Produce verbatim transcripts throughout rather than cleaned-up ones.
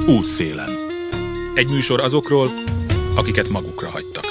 Útszélen. Egy műsor azokról, akiket magukra hagytak.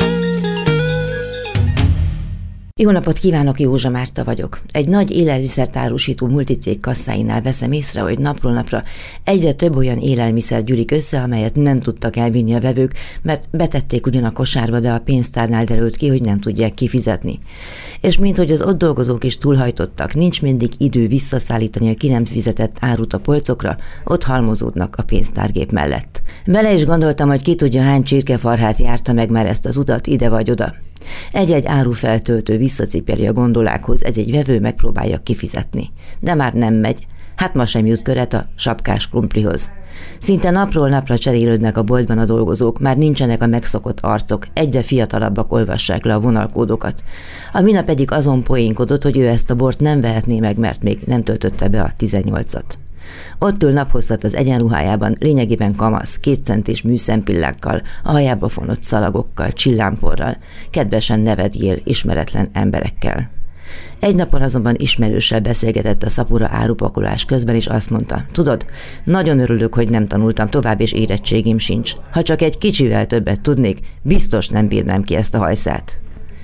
Jó napot kívánok, Józsa Márta vagyok. Egy nagy élelmiszert árusító multicég kasszáinál veszem észre, hogy napról napra egyre több olyan élelmiszer gyűlik össze, amelyet nem tudtak elvinni a vevők, mert betették ugyan a kosárba, de a pénztárnál derült ki, hogy nem tudják kifizetni. És minthogy az ott dolgozók is túlhajtottak, nincs mindig idő visszaszállítani a ki nem fizetett árut a polcokra, ott halmozódnak a pénztárgép mellett. Bele is gondoltam, hogy ki tudja, hány csirkefarhát járta meg már ezt az utat ide vagy oda. Egy-egy árufeltöltő visszacipeli a gondolákhoz, egy-egy vevő megpróbálja kifizetni. De már nem megy. Hát ma sem jut köret a sapkás krumplihoz. Szinte napról napra cserélődnek a boltban a dolgozók, már nincsenek a megszokott arcok, egyre fiatalabbak olvassák le a vonalkódokat. A minap pedig azon poénkodott, hogy ő ezt a bort nem vehetné meg, mert még nem töltötte be a tizennyolcat. Ott ül naphosszat az egyenruhájában, lényegében kamasz, kétcentis műszempillákkal, a hajába fonott szalagokkal, csillámporral, kedvesen nevetgél ismeretlen emberekkel. Egy napon azonban ismerőssel beszélgetett a szapura árupakolás közben, és azt mondta: tudod, nagyon örülök, hogy nem tanultam tovább, és érettségim sincs. Ha csak egy kicsivel többet tudnék, biztos nem bírnám ki ezt a hajszát.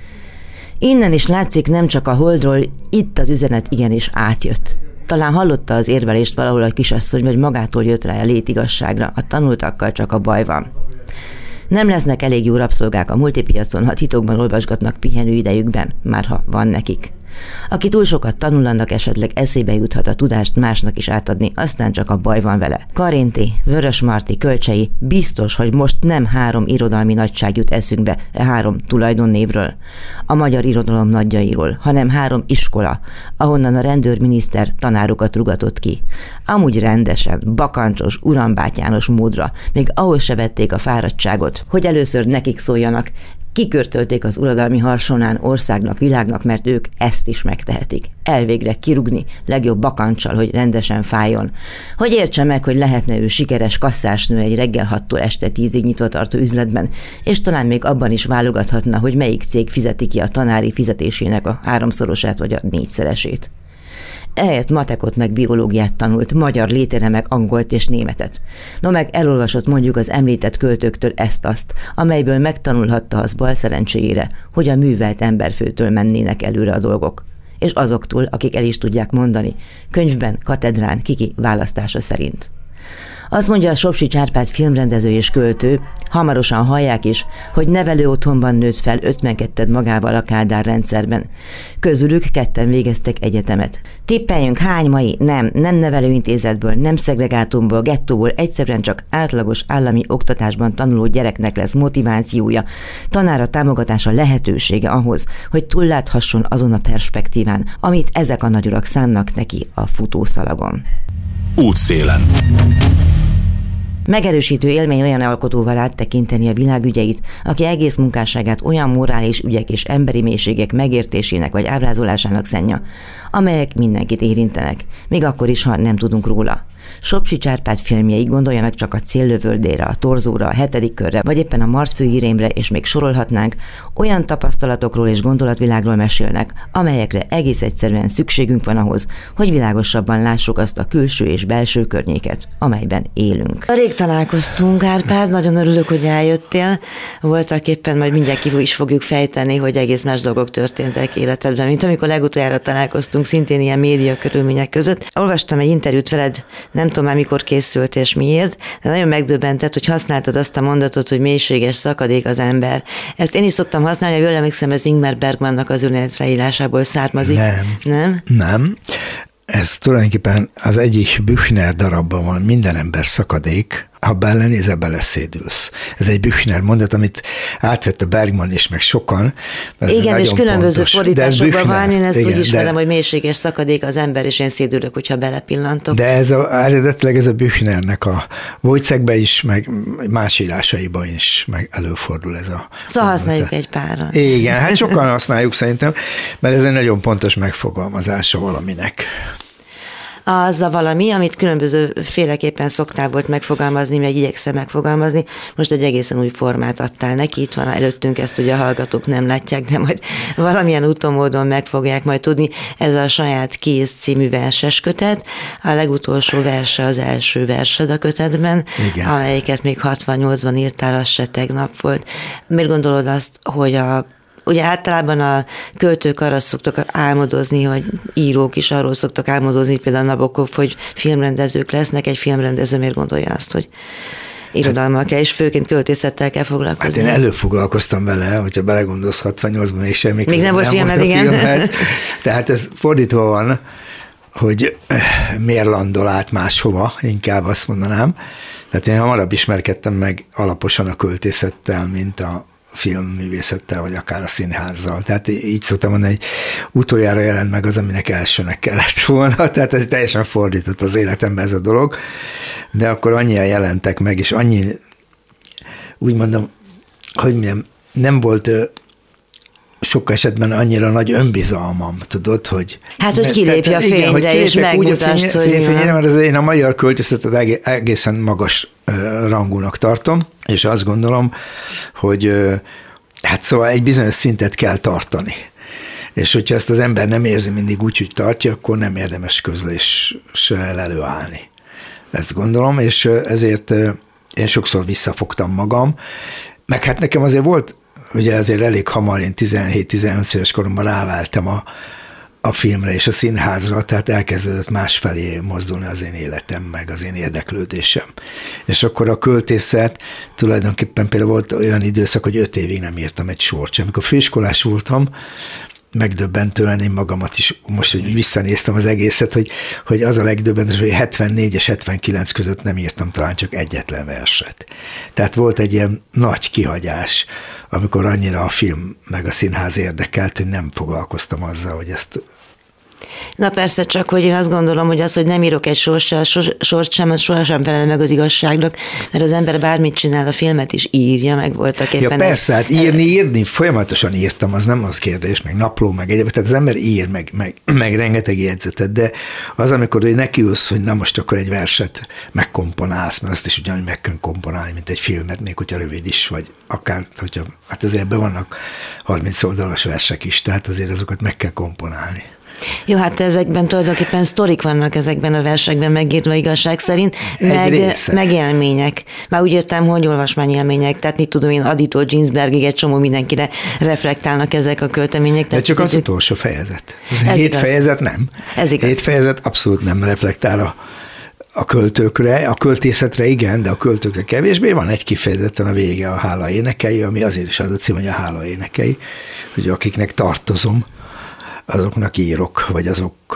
Innen is látszik, nem csak a Holdról, itt az üzenet igenis átjött. Talán hallotta az érvelést valahol a kisasszony, vagy magától jött rá a létigasságra, a tanultakkal csak a baj van. Nem lesznek elég jó rabszolgák a multipiacon, ha titokban olvasgatnak pihenő idejükben, már ha van nekik. Aki túl sokat tanul, annak esetleg eszébe juthat a tudást másnak is átadni, aztán csak a baj van vele. Karinti, Vörösmarty, Kölcsey, biztos, hogy most nem három irodalmi nagyság jut eszünkbe, három tulajdonnévről, a magyar irodalom nagyjairól, hanem három iskola, ahonnan a rendőrminiszter tanárokat rugatott ki. Amúgy rendesen, bakancsos, urambátyános módra, még ahhoz se vették a fáradtságot, hogy először nekik szóljanak. Kikörtölték az uradalmi harsonán országnak, világnak, mert ők ezt is megtehetik. Elvégre kirugni, legjobb bakancsal, hogy rendesen fájjon. Hogy értse meg, hogy lehetne ő sikeres kasszásnő egy reggel hattól este tízig nyitva tartó üzletben, és talán még abban is válogathatna, hogy melyik cég fizeti ki a tanári fizetésének a háromszorosát vagy a négyszeresét. Ehelyett matekot meg biológiát tanult, magyar létére meg angolt és németet. No meg elolvasott mondjuk az említett költőktől ezt-azt, amelyből megtanulhatta az bal szerencséjére, hogy a művelt emberfőtől mennének előre a dolgok. És azoktól, akik el is tudják mondani, könyvben, katedrán, kiki választása szerint. Azt mondja a Sopsics Árpád filmrendező és költő, hamarosan hallják is, hogy nevelő otthonban nőtt fel ötvenketten magával a Kádár rendszerben. Közülük ketten végeztek egyetemet. Tippeljünk, hány mai? Nem, nem nevelőintézetből, nem szegregátumból, gettóból, egyszerűen csak átlagos állami oktatásban tanuló gyereknek lesz motivációja, tanára támogatása, lehetősége ahhoz, hogy túlláthasson azon a perspektíván, amit ezek a nagyurak szánnak neki a futószalagon. Útszélen. Megerősítő élmény olyan alkotóval áttekinteni a világ ügyeit, aki egész munkásságát olyan morális ügyek és emberi mélységek megértésének vagy ábrázolásának szánja, amelyek mindenkit érintenek, még akkor is, ha nem tudunk róla. Sopsics Árpád filmjei, gondoljanak csak a Céllövöldére, a Torzóra, a Hetedik körre, vagy éppen a Mars főhírémre, és még sorolhatnánk, olyan tapasztalatokról és gondolatvilágról mesélnek, amelyekre egész egyszerűen szükségünk van ahhoz, hogy világosabban lássuk azt a külső és belső környéket, amelyben élünk. Rég találkoztunk, Árpád, nagyon örülök, hogy eljöttél. Voltak éppen, majd mindjárt ki is fogjuk fejteni, hogy egész más dolgok történtek életedben, mint amikor legutoljára találkoztunk, szintén ilyen média körülmények között. Olvastam egy interjút veled, nem tudom már mikor készült és miért, de nagyon megdöbbentett, hogy használtad azt a mondatot, hogy mélységes szakadék az ember. Ezt én is szoktam használni, hogy jól emlékszem, ez Ingmar Bergmannak az önéletrejírásából származik. Nem. Nem? Nem. Ez tulajdonképpen az egyik Büchner darabban van, minden ember szakadék, ha belenézel, beleszédülsz. Ez egy Büchner mondat, amit átvett a Bergman is, meg sokan. Igen, és különböző pontos fordításokban van, én ezt igen, úgy ismerem, de, hogy mélységes szakadék az ember, és én szédülök, hogyha belepillantok. De ez a, eredetileg ez a Büchnernek a Wojciechben is, meg más írásaiban is meg előfordul ez a... Szóval használjuk egy páran. Igen, hát sokan használjuk szerintem, mert ez egy nagyon pontos megfogalmazása valaminek. az a valami, amit különböző féleképpen szoktál volt megfogalmazni, meg igyekszem megfogalmazni, most egy egészen új formát adtál neki, itt van előttünk, ezt ugye a hallgatók nem látják, de majd valamilyen úton, módon meg fogják majd tudni. Ez a Saját kéz című verses kötet, a legutolsó verse az első versed a kötetben, igen, amelyiket még hatvannyolcban írtál, az se tegnap volt. Miért gondolod azt, hogy a Ugye általában a költők arra szoktak álmodozni, hogy írók is arról szoktak álmodozni, például Nabokov, hogy filmrendezők lesznek. Egy filmrendező miért gondolja azt, hogy irodalommal kell, és főként költészettel kell foglalkozni? Hát én előbb foglalkoztam vele, hogyha belegondolsz, hatvannyolcban még semmi még nem volt filmed, igen. Filmhez. Tehát ez fordítva van, hogy miért landol át máshova, inkább azt mondanám. Tehát én hamarabb ismerkedtem meg alaposan a költészettel, mint a filmművészettel, vagy akár a színházzal. Tehát így szoktam mondani, hogy utoljára jelent meg az, aminek elsőnek kellett volna. Tehát ez teljesen fordított az életemben ez a dolog. De akkor annyian jelentek meg, és annyi, úgy mondom, hogy mondjam, nem volt sok esetben annyira nagy önbizalmam, tudod, hogy... Hát, hogy kilépj a fényre, és megmutasd, hogy mi van. Mert az én a magyar költészetet egészen magas rangúnak tartom, és azt gondolom, hogy hát szóval egy bizonyos szintet kell tartani. És hogyha ezt az ember nem érzi mindig úgy, hogy tartja, akkor nem érdemes közléssel előállni. Ezt gondolom, és ezért én sokszor visszafogtam magam, meg hát nekem azért volt, ugye azért elég hamar, én tizenhét-tizenöt éves koromban ráváltam a, a filmre és a színházra, tehát elkezdődött másfelé mozdulni az én életem, meg az én érdeklődésem. És akkor a költészet tulajdonképpen például volt olyan időszak, hogy öt évig nem írtam egy sort sem. Amikor főiskolás voltam, megdöbbentően én magamat is, most, hogy visszanéztem az egészet, hogy, hogy az a legdöbbentőbb, hogy hetvennégy és hetvenkilenc között nem írtam talán csak egyetlen verset. Tehát volt egy ilyen nagy kihagyás, amikor annyira a film meg a színház érdekelt, hogy nem foglalkoztam azzal, hogy ezt... Na persze, csak hogy én azt gondolom, hogy az, hogy nem írok egy sort, sort sem, az sohasem felel meg az igazságnak, mert az ember bármit csinál, a filmet is írja, meg voltak éppen. Ja persze, hát írni, írni, folyamatosan írtam, az nem az kérdés, meg napló, meg egyébként, tehát az ember ír, meg, meg, meg rengeteg jegyzetet, de az, amikor hogy nekiülsz, hogy na most akkor egy verset megkomponálsz, mert azt is ugyanúgy meg kell komponálni, mint egy filmet, még hogyha rövid is, vagy akár, hogyha, hát azért ebben vannak harminc oldalas versek is, tehát azért azokat meg kell komponálni. Jó, hát ezekben tulajdonképpen sztorik vannak ezekben a versekben megírva igazság szerint, meg, meg élmények. Már úgy értem, hogy olvasmányélmények, tehát mit tudom én, Aditól Ginsbergig egy csomó mindenkire reflektálnak ezek a költemények. De csak az utolsó fejezet. Hét igaz. fejezet nem. Ez igaz. Hét fejezet abszolút nem reflektál a, a költőkre, a költészetre igen, de a költőkre kevésbé. Van egy kifejezetten a vége, a hála énekei, ami azért is az a cím, hogy a hála énekei, hogy akiknek tartozom, azoknak írok, vagy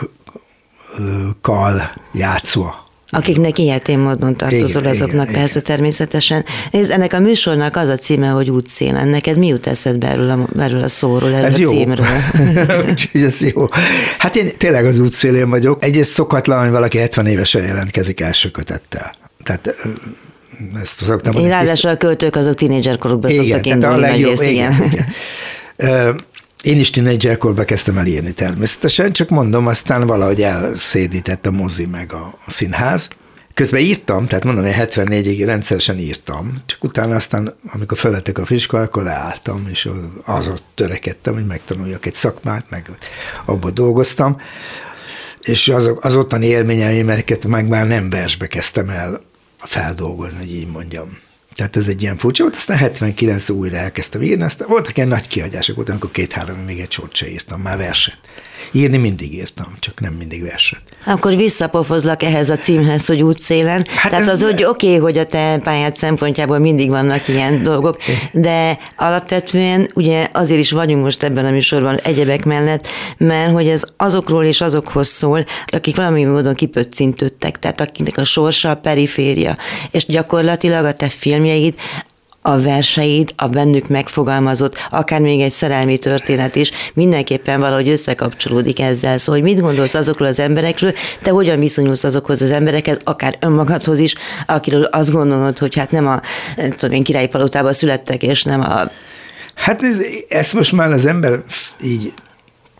azokkal játszva. Akiknek ilyetén módon tartozol, igen, azoknak igen, persze igen. Természetesen. Nézd, ennek a műsornak az a címe, hogy Útszélen. Neked mi jut eszedbe erről a, erről a szóról, erről ez a jó. címről? Úgyhogy ez jó. Hát én tényleg az útszélén vagyok. Egyrészt szokatlan, hogy valaki hetven évesen jelentkezik első kötettel. Tehát ezt szoktam mondani. Ráadásul a költők azok tínédzserkorukban szoktak indulni nagy részt, igen. igen. igen. Én is tínédzserkorban kezdtem el írni természetesen, csak mondom, aztán valahogy elszédített a mozi meg a színház. Közben írtam, tehát mondom, én hetvennégyig rendszeresen írtam, csak utána aztán, amikor felvettek a főiskolát, akkor leálltam, és azon törekedtem, hogy megtanuljak egy szakmát, meg abban dolgoztam, és azok, az ottani élményeimet meg már nem versbe kezdtem el feldolgozni, hogy így mondjam. Tehát ez egy ilyen furcsa volt, aztán hetvenkilencben újra elkezdtem írni, aztán voltak ilyen nagy kihagyások volt, amikor két-három még egy sort se írtam, már verset. Írni mindig írtam, csak nem mindig verset. Akkor visszapofozlak ehhez a címhez, hogy Útszélen. Hát Tehát az, hogy oké, okay, hogy a te pályád szempontjából mindig vannak ilyen dolgok, de alapvetően ugye azért is vagyunk most ebben a műsorban egyebek mellett, mert hogy ez azokról és azokhoz szól, akik valami módon kipöccintődtek, tehát akinek a sorsa a periféria, és gyakorlatilag a te filmjeid, a verseid, a bennük megfogalmazott, akár még egy szerelmi történet is mindenképpen valahogy összekapcsolódik ezzel. Szóval, hogy mit gondolsz azokról az emberekről, te hogyan viszonyulsz azokhoz az emberekhez, akár önmagadhoz is, akiről azt gondolod, hogy hát nem a nem tudom én, királyi palotában születtek, és nem a... Hát ez, ezt most már az ember így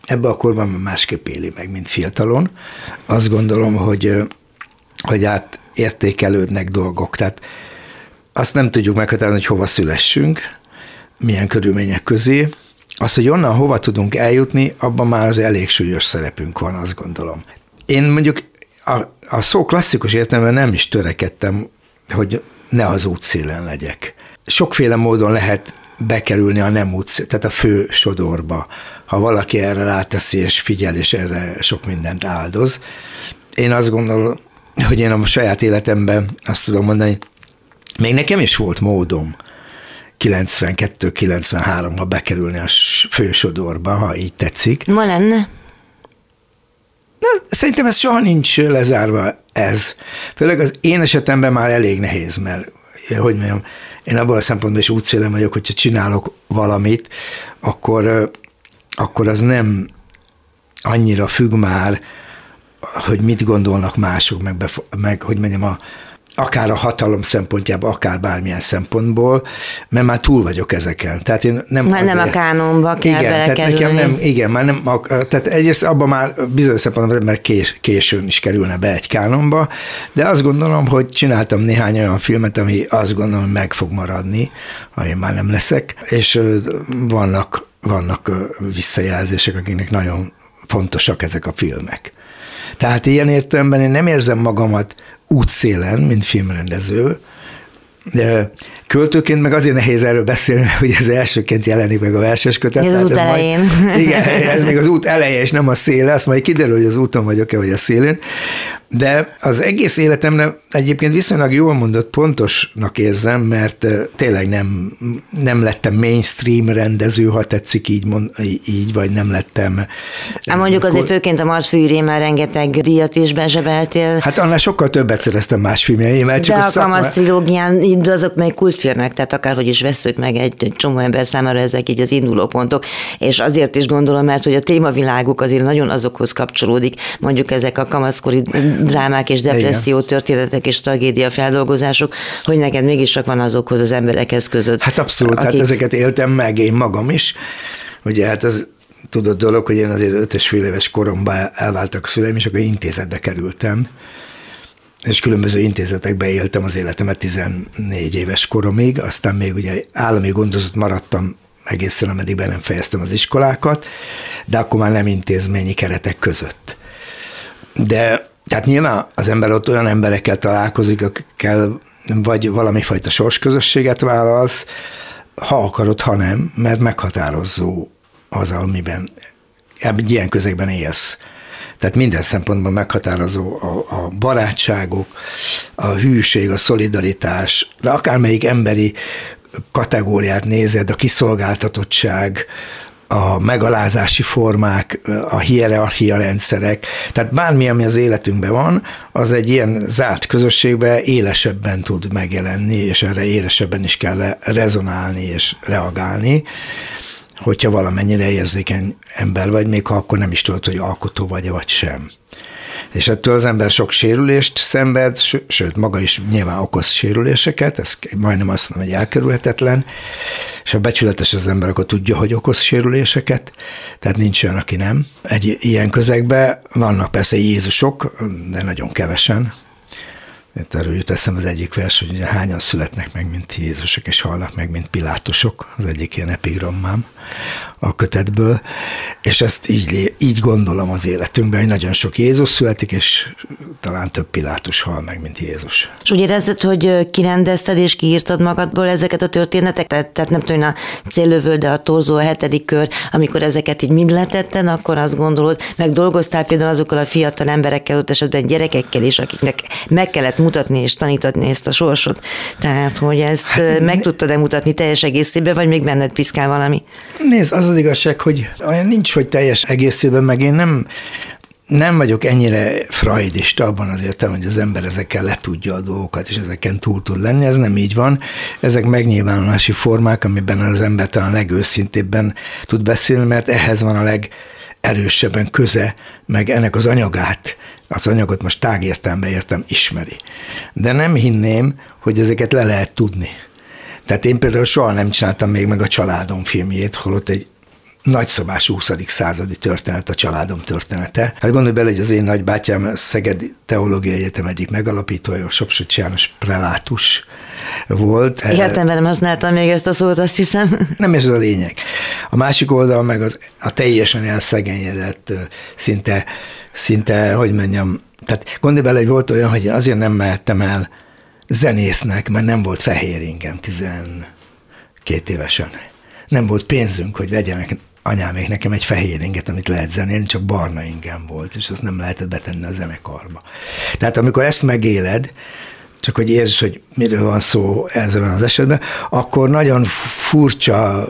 ebbe a korban másképp éli meg, mint fiatalon. Azt gondolom, hogy, hogy átértékelődnek dolgok. Tehát azt nem tudjuk meghatározni, hogy hova szülessünk, milyen körülmények közé. Az, hogy onnan hova tudunk eljutni, abban már az elég súlyos szerepünk van, azt gondolom. Én mondjuk a, a szó klasszikus értelemben nem is törekedtem, hogy ne az útszélen legyek. Sokféle módon lehet bekerülni a nem útszél, tehát a fő sodorba, ha valaki erre ráteszi és figyel, és erre sok mindent áldoz. Én azt gondolom, hogy én a saját életemben azt tudom mondani, még nekem is volt módom kilencvenkettő kilencvenháromban bekerülni a fősodorba, ha így tetszik. Ma lenne? Na, szerintem ez soha nincs lezárva ez. Főleg az én esetemben már elég nehéz, mert hogy mondjam, én abban a szempontból is útszélen vagyok, hogyha csinálok valamit, akkor, akkor az nem annyira függ már, hogy mit gondolnak mások, meg, befo- meg hogy mondjam, a, akár a hatalom szempontjából, akár bármilyen szempontból, mert már túl vagyok ezeken. Tehát én nem, már nem a kánonba kell igen, belekerülni. Tehát nekem nem, igen, már nem, tehát egyrészt abban már bizonyos szempontból, mert kés, későn is kerülne be egy kánonba, de azt gondolom, hogy csináltam néhány olyan filmet, ami azt gondolom, hogy meg fog maradni, ha én már nem leszek, és vannak, vannak visszajelzések, akiknek nagyon fontosak ezek a filmek. Tehát ilyen értelemben én nem érzem magamat útszélen, mint filmrendező, de költőként meg azért nehéz erről beszélni, mert ugye az elsőként jelenik meg a verses kötet. Ez az út elején. Majd, igen, ez még az út eleje, és nem a széle, azt majd kiderül, hogy az úton vagyok-e, vagy a szélén. De az egész életemre egyébként viszonylag jól mondott, pontosnak érzem, mert tényleg nem, nem lettem mainstream rendező, ha tetszik így, mond, így vagy nem lettem. Hát mondjuk azért főként a Mars fűrémmel rengeteg díjat is bezsebeltél. Hát annál sokkal többet szereztem más filmjeimmel. De a, a szakma... Kamasz trilógián, azok még kultfilmek, tehát akárhogy is vesszük meg egy, egy csomó ember számára ezek így az induló pontok, és azért is gondolom, mert hogy a témaviláguk azért nagyon azokhoz kapcsolódik, mondjuk ezek a kamaszkori drámák és depresszió igen. történetek és tragédia feldolgozások, hogy neked mégis csak van azokhoz az emberekhez között. Hát abszolút, akik... hát ezeket éltem meg, én magam is. Ugye hát ez tudod dolog, hogy én azért öt és fél éves koromban elváltak a szüleim, és akkor intézetbe kerültem. És különböző intézetekbe éltem az életemet tizennégy éves koromig, aztán még ugye állami gondozott maradtam egészen, ameddig be nem fejeztem az iskolákat, de akkor már nem intézményi keretek között. De tehát nyilván az ember ott olyan emberekkel találkozik, akikkel vagy valami fajta sorsközösséget vállalsz, ha akarod, ha nem, mert meghatározó az, amiben egy ilyen közegben élsz. Tehát minden szempontból meghatározó a, a barátságok, a hűség, a szolidaritás, de akármelyik emberi kategóriát nézed, a kiszolgáltatottság, a megalázási formák, a hierarchia rendszerek, tehát bármi, ami az életünkben van, az egy ilyen zárt közösségben élesebben tud megjelenni, és erre élesebben is kell rezonálni és reagálni, hogyha valamennyire érzékeny ember vagy, még ha akkor nem is tudod, hogy alkotó vagy-e vagy sem. És ettől az ember sok sérülést szenved, sőt, maga is nyilván okoz sérüléseket, ez majdnem azt mondom, hogy elkerülhetetlen, és ha becsületes az ember, akkor tudja, hogy okoz sérüléseket, tehát nincs olyan, aki nem. Egy ilyen közegben vannak persze Jézusok, de nagyon kevesen. Itt erről jut eszem az egyik vers, hogy ugye hányan születnek meg, mint Jézusok, és halnak meg, mint Pilátusok, az egyik ilyen epigrammám a kötetből, és ezt így, így gondolom az életünkben, hogy nagyon sok Jézus születik, és talán több Pilátus hal meg, mint Jézus. És úgy érezted, hogy kirendezted és kiírtad magadból ezeket a történeteket? Tehát, tehát nem tudom, a Céllövölde, a Torzó, a hetedik kör, amikor ezeket így mind letetted, akkor azt gondolod, meg dolgoztál például azokkal a fiatal emberekkel, ott esetben gyerekekkel is, akiknek meg kellett mutatni és tanítatni ezt a sorsot. Tehát, hogy ezt hát, meg tudtad-e mutatni teljes egészében, vagy még benned piszkál valami? Nézd, az az igazság, hogy olyan nincs, hogy teljes egészében, meg én nem, nem vagyok ennyire freudista abban az értem, hogy az ember ezekkel letudja a dolgokat, és ezeken túl tud lenni. Ez nem így van. Ezek megnyilvánulási formák, amiben az ember talán legőszintébben tud beszélni, mert ehhez van a legerősebben köze, meg ennek az anyagát, az anyagot most tágértelemben értem, ismeri. De nem hinném, hogy ezeket le lehet tudni. Tehát én például soha nem csináltam még meg a Családom filmjét, holott egy nagyszobású huszadik századi történet, a családom története. Hát gondolj bele, hogy az én nagybátyám Szegedi Teológiai Egyetem egyik megalapítója, Sopsics János prelátus volt. Életemben nem használtam még ezt a szót, azt hiszem. Nem ez a lényeg. A másik oldal meg az, a teljesen elszegényedett, szinte, szinte, hogy mondjam, tehát gondolj bele, hogy volt olyan, hogy azért nem mehettem el zenésznek, mert nem volt fehér ingem tizenkét évesen. Nem volt pénzünk, hogy vegyenek anyámék nekem egy fehér inget, amit lehet zenélni, csak barna ingem volt, és azt nem lehetett betenni a zenekarba. Tehát amikor ezt megéled, csak hogy értsd, hogy miről van szó ezzel az esetben, akkor nagyon furcsa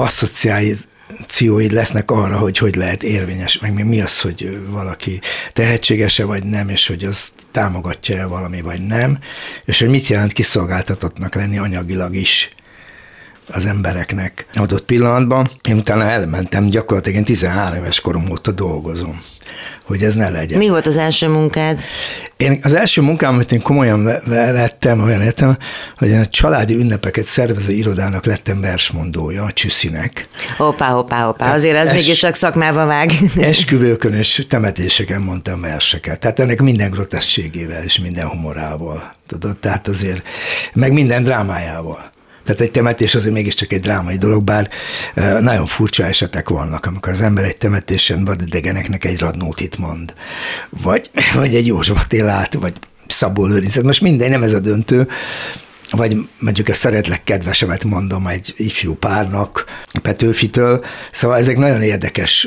asszociációid lesznek arra, hogy hogy lehet érvényes, meg mi az, hogy valaki tehetséges-e vagy nem, és hogy azt támogatja-e valami vagy nem, és hogy mit jelent kiszolgáltatottnak lenni anyagilag is az embereknek adott pillanatban. Én utána elmentem, gyakorlatilag én tizenhárom éves korom óta dolgozom, hogy ez ne legyen. Mi volt az első munkád? Én az első munkám, amit én komolyan vettem, olyan értem, hogy én a családi ünnepeket szervező irodának lettem versmondója, a Csüsszinek. Hoppá, hoppá, hoppá, azért ez es, mégis csak szakmába vág. Esküvőkön és temetéseken mondtam verseket. Tehát ennek minden groteszségével és minden humorával, tudod, tehát azért, meg minden drámájával. Tehát egy temetés azért mégiscsak egy drámai dolog, bár nagyon furcsa esetek vannak, amikor az ember egy temetésen vadidegeneknek egy Radnótit mond, vagy, vagy egy József Attilát, vagy Szabó Lőrincet, most minden, nem ez a döntő, vagy mondjuk a Szeretlek kedvesemet mondom egy ifjú párnak, Petőfitől, szóval ezek nagyon érdekes,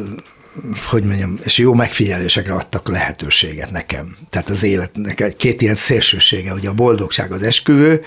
hogy mondjam, és jó megfigyelésekre adtak lehetőséget nekem. Tehát az életnek egy két ilyen szélsősége, ugye a boldogság, az esküvő,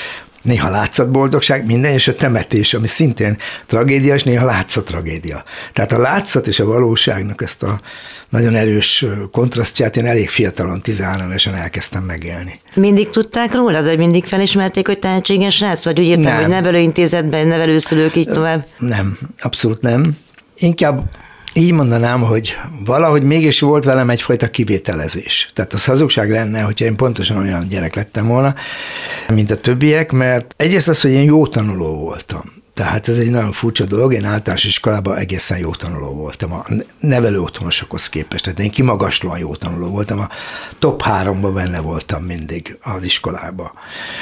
néha látszott boldogság, minden, és a temetés, ami szintén tragédia, és néha látszott tragédia. Tehát a látszat és a valóságnak ezt a nagyon erős kontrasztját én elég fiatalon, tizenhárom évesen elkezdtem megélni. Mindig tudták rólad, vagy mindig felismerték, hogy tehetséges srác? Vagy úgy értem, nem. Hogy nevelőintézetben, nevelőszülők így tovább? Nem, abszolút nem. Inkább így mondanám, hogy valahogy mégis volt velem egyfajta kivételezés. Tehát az hazugság lenne, hogyha én pontosan olyan gyerek lettem volna, mint a többiek, mert egyrészt az, hogy én jó tanuló voltam. Tehát ez egy nagyon furcsa dolog, én általános iskolában egészen jó tanuló voltam, a nevelő otthonosokhoz képest. Tehát én kimagaslóan jó tanuló voltam, a top háromban benne voltam mindig az iskolában.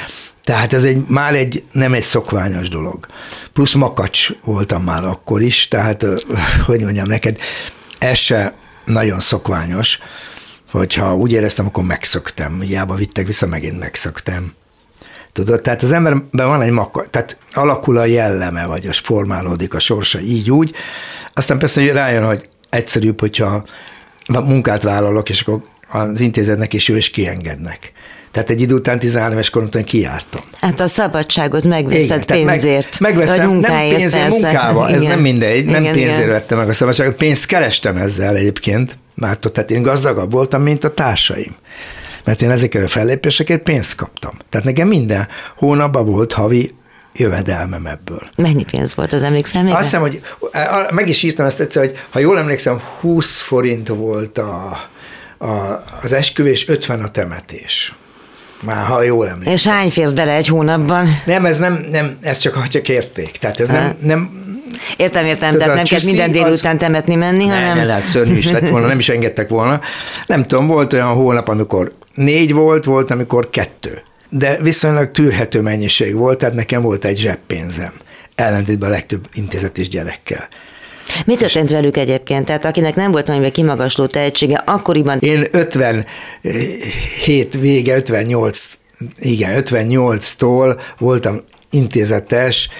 Tehát ez egy, már egy, nem egy szokványos dolog. Plusz makacs voltam már akkor is, tehát, hogy mondjam neked, ez se nagyon szokványos, hogyha úgy éreztem, akkor megszöktem. Hiába vittek vissza, megint megszöktem. Tudod, tehát az emberben van egy makacs, tehát alakul a jelleme, vagy az formálódik a sorsa így úgy. Aztán persze hogy rájön, hogy egyszerűbb, hogyha munkát vállalok, és akkor az intézetnek is jó, és kiengednek. Tehát egy idő után tizenhárom éves koromtól kijártam. Hát a szabadságot megveszed igen, pénzért. Meg, megveszem, nem pénzért, munkával, ez nem mindegy, igen, nem pénzért igen. vettem meg a szabadságot, pénzt kerestem ezzel egyébként, már tehát én gazdagabb voltam, mint a társaim. Mert én ezekkel a fellépésekért pénzt kaptam. Tehát nekem minden hónapban volt havi jövedelmem ebből. Mennyi pénz volt, az emlékszem még? Azt hiszem, hogy meg is írtam ezt egyszer, hogy ha jól emlékszem, húsz forint volt a, a, az esküvő, és ötven a temetés. Már ha jól emlékszem. És hány fért bele egy hónapban? Nem, ez nem, nem ez csak ha kérték. Tehát ez ha. nem, nem Értem, értem, tehát nem kell minden délután az... temetni menni, ne, hanem... Ne, lehet, szörnyű is lett volna, nem is engedtek volna. Nem tudom, volt olyan hónap, amikor négy volt, volt, amikor kettő. De viszonylag tűrhető mennyiség volt, tehát nekem volt egy zseppénzem. Ellentétben a legtöbb intézetis gyerekkel. Mi történt velük egyébként? Tehát akinek nem volt valami kimagasló tehetsége, akkoriban... Én ötvenhét vége, ötvennyolc, igen, ötvennyolctól voltam intézetes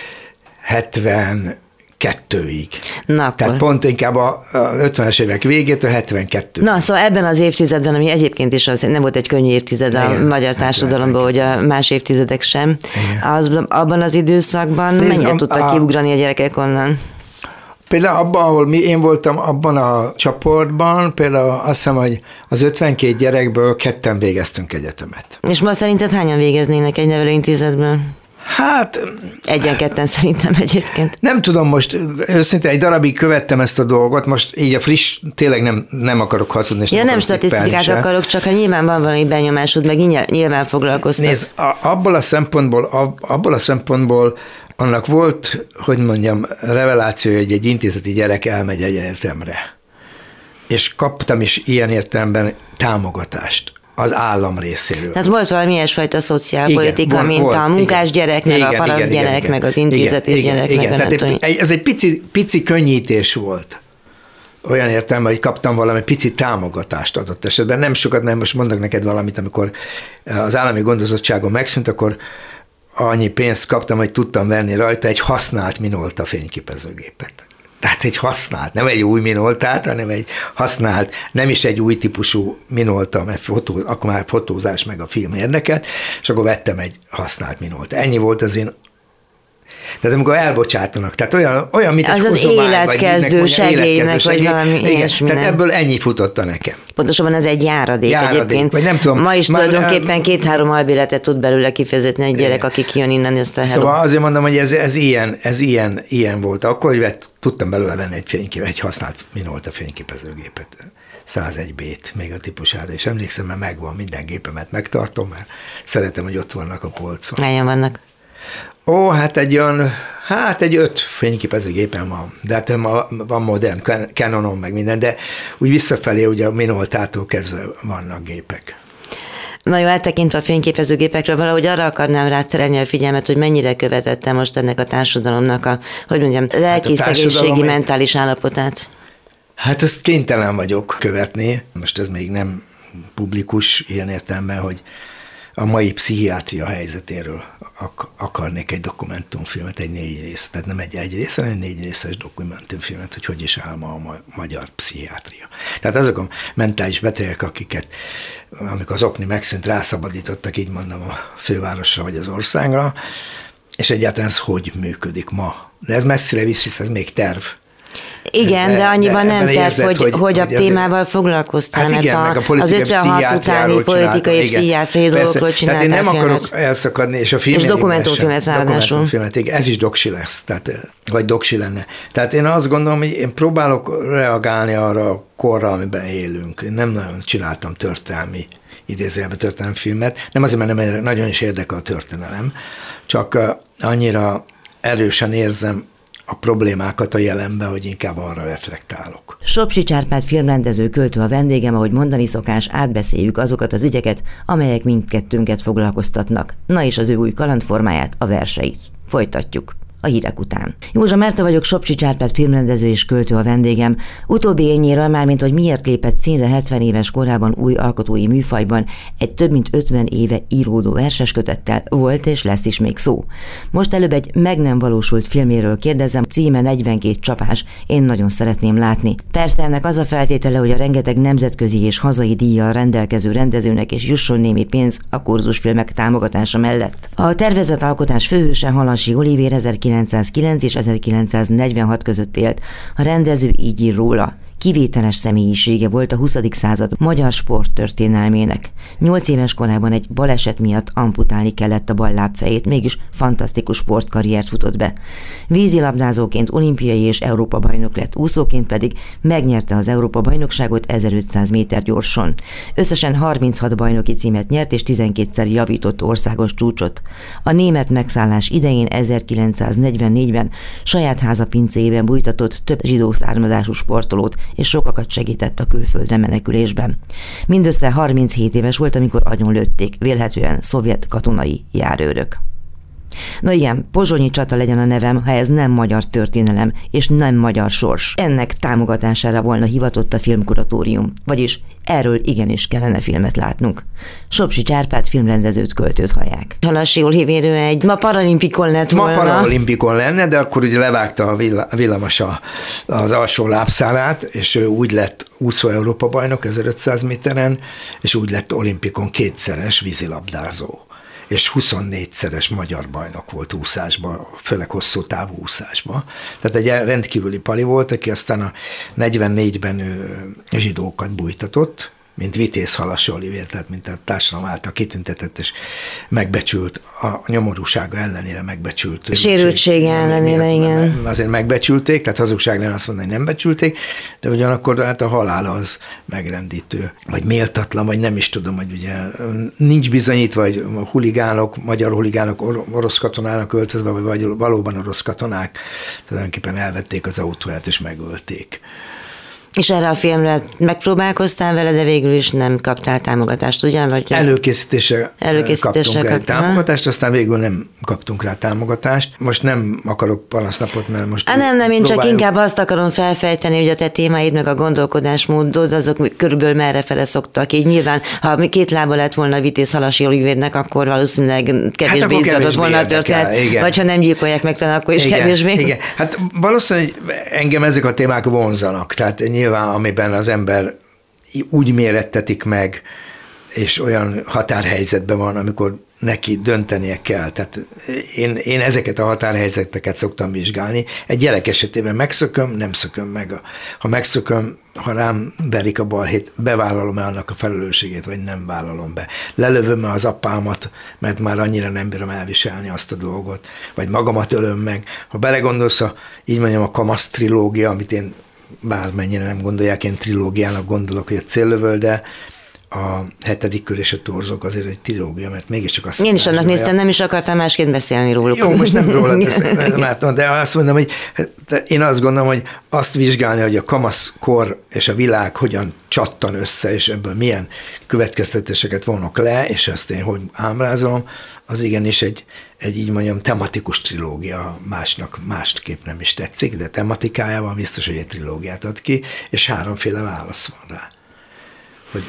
hetvenkettőig. Na akkor. Tehát pont inkább a ötvenes évek végétől hetvenkettő. Na, szóval ebben az évtizedben, ami egyébként is az, nem volt egy könnyű évtized a igen, magyar társadalomban, hogy a más évtizedek sem. Az, abban az időszakban Nézd, mennyire a, tudtak a, kiugrani a gyerekek onnan? Például abban, ahol mi, én voltam abban a csoportban, például azt hiszem, hogy az ötvenkét gyerekből ketten végeztünk egyetemet. És ma szerinted hányan végeznének egy nevelőintézetben? Hát... Egyen-ketten szerintem egyébként. Nem tudom, most őszintén egy darabig követtem ezt a dolgot, most így a friss, tényleg nem, nem akarok hazudni. Ja, nem statisztikát akarok, csak ha nyilván van valami benyomásod, meg nyilván foglalkoztat. Nézd, abból a szempontból, abból a szempontból annak volt, hogy mondjam, reveláció, hogy egy intézeti gyerek elmegy egy egyetemre. És kaptam is ilyen értelemben támogatást az állam részéről. Tehát volt valami ilyesfajta szociálpolitika, igen, mint volt, a munkás igen, gyerek, meg igen, a parasz igen, gyerek, igen, meg az intézeti igen, gyerek. Igen, meg igen. Tehát ez egy pici, pici könnyítés volt. Olyan értelme, hogy kaptam valami pici támogatást adott esetben. Nem sokat, nem most mondok neked valamit, amikor az állami gondozottságon megszűnt, akkor annyi pénzt kaptam, hogy tudtam venni rajta egy használt Minolta fényképezőgépet. Tehát egy használt, nem egy új Minoltát, hanem egy használt, nem is egy új típusú Minolta, mert fotó, akkor már fotózás meg a film érdekelt, és akkor vettem egy használt Minolta. Ennyi volt az én. Tehát amikor elbocsátanak, tehát olyan, olyan mint az egy az életkezdő segélynek, vagy valami ilyesmi. Tehát ebből ennyi futotta nekem. Pontosabban ez egy járadék, járadék egyébként. Vagy nem tudom, ma is már, tulajdonképpen két-három albéletet tud belőle kifizetni egy gyerek, aki kijön innen, ezt a hello. Szóval azért mondom, hogy ez, ez, ilyen, ez ilyen, ilyen volt. Akkor, hogy vett, tudtam belőle venni egy, fénykép, egy használt Minolta fényképezőgépet. százegy bé-t még a típusára, és emlékszem, mert megvan, minden gépemet megtartom, mert szeretem, hogy ott vannak a polcon. Hányan vannak? Ó, hát egy olyan, hát egy öt fényképezőgépen van, de hát van modern, Canonon meg minden, de úgy visszafelé ugye a Minoltától kezdve vannak gépek. Na jó, eltekintve a fényképezőgépekről, valahogy arra akarnám ráterelni a figyelmet, hogy mennyire követette most ennek a társadalomnak a, hogy mondjam, lelki hát szegénységi, mentális állapotát. Hát ezt kénytelen vagyok követni, most ez még nem publikus ilyen értelemben, hogy a mai pszichiátria helyzetéről ak- akarnék egy dokumentumfilmet, egy négy rész, tehát nem egy egy rész, hanem egy négy részes dokumentumfilmet, hogy hogy is áll ma a ma- magyar pszichiátria. Tehát azok a mentális betegek, akiket, amikor az okni megszűnt, rászabadítottak, így mondom, a fővárosra vagy az országra, és egyáltalán ez hogy működik ma. De ez messzire viszi, ez még terv. Igen, de, de annyiban de nem tesz, hogy, hogy, hogy a hogy témával foglalkoztál, hát igen, mert a, a az ötvenhat utáni politikai pszichiátriai dolgokról csináltál. Tehát én nem filmet. akarok elszakadni, és a film... És dokumentumfilmet ráadásul. Dokumentumfilmet, igen, ez is doksi lesz, tehát, vagy doksi lenne. Tehát én azt gondolom, hogy én próbálok reagálni arra a korra, amiben élünk. Én nem nagyon csináltam történelmi, idézőjelben történelmi filmet, nem azért, mert nem nagyon is érdekel a történelem, csak annyira erősen érzem a problémákat a jelenben, hogy inkább arra reflektálok. Sopsics Árpád filmrendező, költő a vendégem, ahogy mondani szokás, átbeszéljük azokat az ügyeket, amelyek mindkettőnket foglalkoztatnak. Na és az ő új kalandformáját, a verseit. Folytatjuk a hírek után. Józsa Márta vagyok, Sopsics Árpád filmrendező és költő a vendégem. Utóbbi ényéről, mármint hogy miért lépett színre hetven éves korában új alkotói műfajban, egy több mint ötven éve íródó verseskötettel volt és lesz is még szó. Most előbb egy meg nem valósult filméről kérdezem, címe negyvenkét csapás, én nagyon szeretném látni. Persze ennek az a feltétele, hogy a rengeteg nemzetközi és hazai díjjal rendelkező rendezőnek és jusson némi pénz a kurzusfilmek támogatása mellett. A tervezett alkotás főhőse Halasi Olivér ezerkilencszázkilenc és ezerkilencszáznegyvenhat között élt. A rendező így ír róla. Kivételes személyisége volt a huszadik század magyar sporttörténelmének. Nyolc éves korában egy baleset miatt amputálni kellett a bal lábfejét, mégis fantasztikus sportkarriert futott be. Vízilabdázóként olimpiai és Európa bajnok lett, úszóként pedig megnyerte az Európa bajnokságot ezerötszáz méter gyorson. Összesen harminchat bajnoki címet nyert és tizenkétszer javított országos csúcsot. A német megszállás idején ezerkilencszáznegyvennégyben saját háza pincéjében bújtatott több zsidó származású sportolót, és sokakat segített a külföldre menekülésben. Mindössze harminchét éves volt, amikor agyonlőtték, vélhetően szovjet katonai járőrök. Na igen, pozsonyi csata legyen a nevem, ha ez nem magyar történelem, és nem magyar sors. Ennek támogatására volna hivatott a filmkuratórium, vagyis erről igenis kellene filmet látnunk. Sopsics Árpád filmrendezőt, költőt hallják. Halasi Olivér egy ma paralimpikon lett volna. Ma paralimpikon lenne, de akkor ugye levágta a, vill- a villamos a, az alsó lábszárát, és ő úgy lett úszó Európa bajnok ezerötszáz méteren, és úgy lett olimpikon kétszeres vízilabdázó. És huszonnégyszeres magyar bajnok volt úszásban, főleg hosszú távú úszásban. Tehát egy rendkívüli pali volt, aki aztán a negyvennégyben zsidókat bújtatott, mint Vitéz Halasi Olivér, tehát mint a társadalom által kitüntetett és megbecsült, a nyomorúsága ellenére megbecsült. Sérültsége ellenére, igen. Azért megbecsülték, tehát hazugság lenne azt mondani, hogy nem becsülték, de ugyanakkor hát a halál az megrendítő, vagy méltatlan, vagy nem is tudom, hogy ugye nincs bizonyítva, hogy huligánok, magyar huligánok orosz katonának öltözve, vagy valóban orosz katonák, tulajdonképpen elvették az autóját és megölték. És erre a filmre megpróbálkoztál vele, de végül is nem kaptál támogatást, ugyan? Vagy Előkészítésre, előkészítésre kaptunk kap... egy támogatást, aztán végül nem kaptunk rá támogatást. Most nem akarok panasznapot, mert most... Á, nem, nem, én próbáljuk... csak inkább azt akarom felfejteni, hogy a te témáid, meg a gondolkodásmódod, azok körülbelül merre fele szoktak. Így nyilván, ha két lába lett volna Vitéz Halasi Olivérnek, akkor valószínűleg kevésbé hát izgatott volna a történet, vagy ha nem gyilkolják meg, talán akkor is igen, kevésbé. Igen, hát valószínűleg engem ezek a témák vonzanak, tehát nyilván, amiben az ember úgy mérettetik meg, és olyan határhelyzetben van, amikor neki döntenie kell. Tehát én, én ezeket a határhelyzeteket szoktam vizsgálni. Egy gyerek esetében megszököm, nem szököm meg. Ha megszököm, ha rám verik a balhét, bevállalom-e annak a felelősségét, vagy nem vállalom be. Lelövöm-e az apámat, mert már annyira nem bírom elviselni azt a dolgot, vagy magamat ölöm meg. Ha belegondolsz, a, így mondjam, a Kamasz trilógia, amit én bármennyire nem gondolják, én trilógiának gondolok, hogy a Céllövöl, de a hetedik kör és a torzok azért egy trilógia, mert mégiscsak azt... Én is annak néztem, nem is akartam másként beszélni róluk. Jó, most nem róla teszem, de azt mondom, hogy én azt gondolom, hogy azt vizsgálni, hogy a kamaszkor és a világ hogyan csattan össze, és ebből milyen következtetéseket vonok le, és ezt én hogy ábrázolom, az igenis egy, egy így mondjam tematikus trilógia, másnak másképp nem is tetszik, de tematikájában biztos, hogy egy trilógiát ad ki, és háromféle válasz van rá. Hogy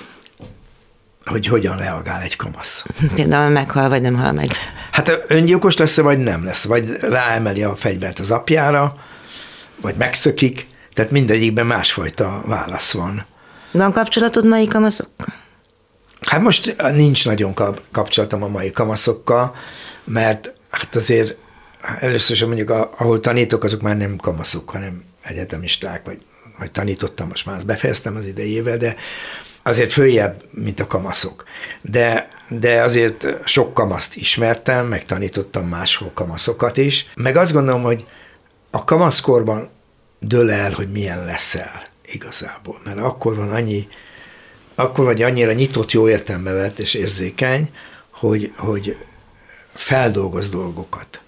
hogy hogyan reagál egy kamasz. Például meghal, vagy nem hal meg. Hát öngyilkos lesz, vagy nem lesz, vagy ráemeli a fegyvert az apjára, vagy megszökik, tehát mindegyikben másfajta válasz van. Van kapcsolatod mai kamaszokkal? Hát most nincs nagyon kapcsolatom a mai kamaszokkal, mert hát azért először sem mondjuk, ahol tanítok, azok már nem kamaszok, hanem egyetemisták, vagy, vagy tanítottam, most már befejeztem az idejével, de azért följebb, mint a kamaszok. De, de azért sok kamaszt ismertem, meg tanítottam máshol kamaszokat is. Meg azt gondolom, hogy a kamaszkorban dől el, hogy milyen leszel igazából. Mert akkor van annyi, akkor vagy annyira nyitott, jó értelembe vett és érzékeny, hogy, hogy feldolgoz dolgokat.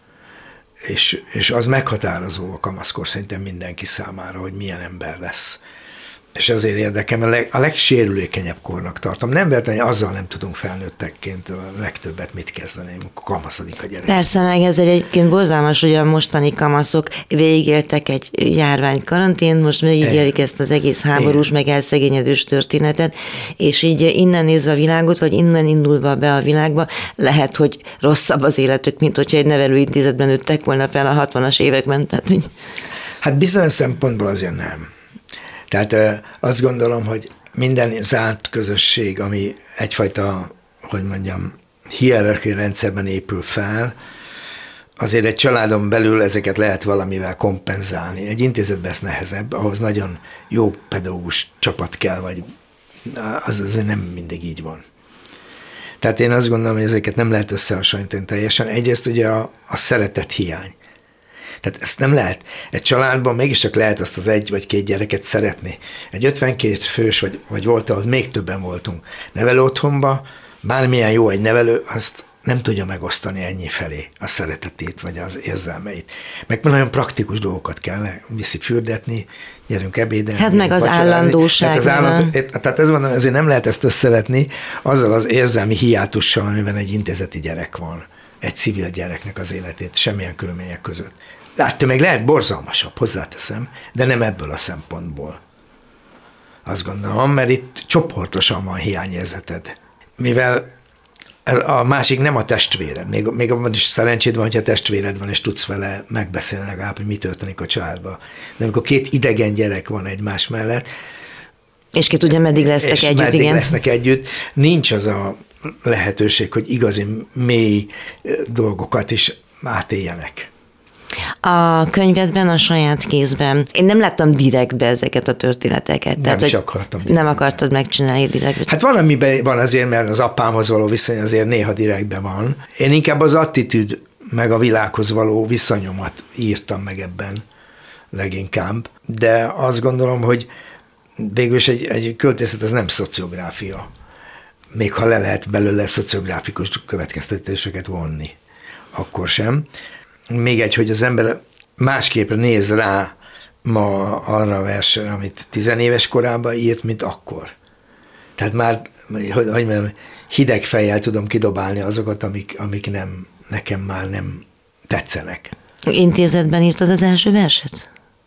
És, és az meghatározó a kamaszkor szerintem mindenki számára, hogy milyen ember lesz. És azért érdekel, a, leg, a legsérülékenyebb kornak tartom. Nem véletlenül, azzal nem tudunk felnőttekként a legtöbbet mit kezdeni, amikor kamaszodik a gyerek. Persze, meg ez egyébként borzalmas, hogy a mostani kamaszok végigéltek egy járvány karantént, most végigélik ezt az egész háborús, meg elszegényedős történetet, és így innen nézve a világot, vagy innen indulva be a világba, lehet, hogy rosszabb az életük, mint hogyha egy nevelőintézetben nőttek volna fel a hatvanas években. Tehát, hogy... Hát bizonyos szempontból azért nem. Tehát azt gondolom, hogy minden zárt közösség, ami egyfajta, hogy mondjam, hierarchiai rendszerben épül fel, azért egy családon belül ezeket lehet valamivel kompenzálni. Egy intézetben ez nehezebb, ahhoz nagyon jó pedagógus csapat kell, vagy az azért nem mindig így van. Tehát én azt gondolom, hogy ezeket nem lehet összehasonlítani teljesen. Egyrészt ugye a, a szeretet hiány. Tehát ezt nem lehet. Egy családban mégiscsak lehet azt az egy vagy két gyereket szeretni. Egy ötvenkét fős, vagy, vagy volt, ahol még többen voltunk. Nevelő otthonban bármilyen jó egy nevelő, azt nem tudja megosztani ennyi felé a szeretetét, vagy az érzelmeit. Meg nagyon praktikus dolgokat kell viszi fürdetni, gyerünk ebédelni. Hát meg az állandóság. Tehát, az állandó, tehát ez van, azért nem lehet ezt összevetni azzal az érzelmi hiátussal, amiben egy intézeti gyerek van. Egy civil gyereknek az életét, semmilyen körülmények között. Látta, még lehet borzalmasabb, hozzáteszem, de nem ebből a szempontból. Azt gondolom, mert itt csoportosan van hiányérzeted. Mivel a másik nem a testvéred, még, még abban is szerencséd van, hogyha a testvéred van, és tudsz vele megbeszélni legalább, hogy mi történik a családban. De amikor két idegen gyerek van egymás mellett, és ki tudja, meddig lesznek és együtt, meddig igen. lesznek együtt, nincs az a lehetőség, hogy igazi mély dolgokat is átéljenek. A könyvedben, a saját kézben. Én nem láttam direktbe ezeket a történeteket. Nem tehát, is hogy akartam. Nem akartad megcsinálni direktbe. Hát valamiben van azért, mert az apámhoz való viszony azért néha direktben van. Én inkább az attitűd meg a világhoz való viszonyomat írtam meg ebben leginkább. De azt gondolom, hogy végülis egy, egy költészet az nem szociográfia. Még ha le lehet belőle szociográfikus következtetéseket vonni, akkor sem. Még egy, hogy az ember másképp néz rá ma arra a versre, amit tizenéves korában írt, mint akkor. Tehát már, hogy mondjam, hideg fejjel tudom kidobálni azokat, amik, amik nem, nekem már nem tetszenek. Intézetben írtad az első verset?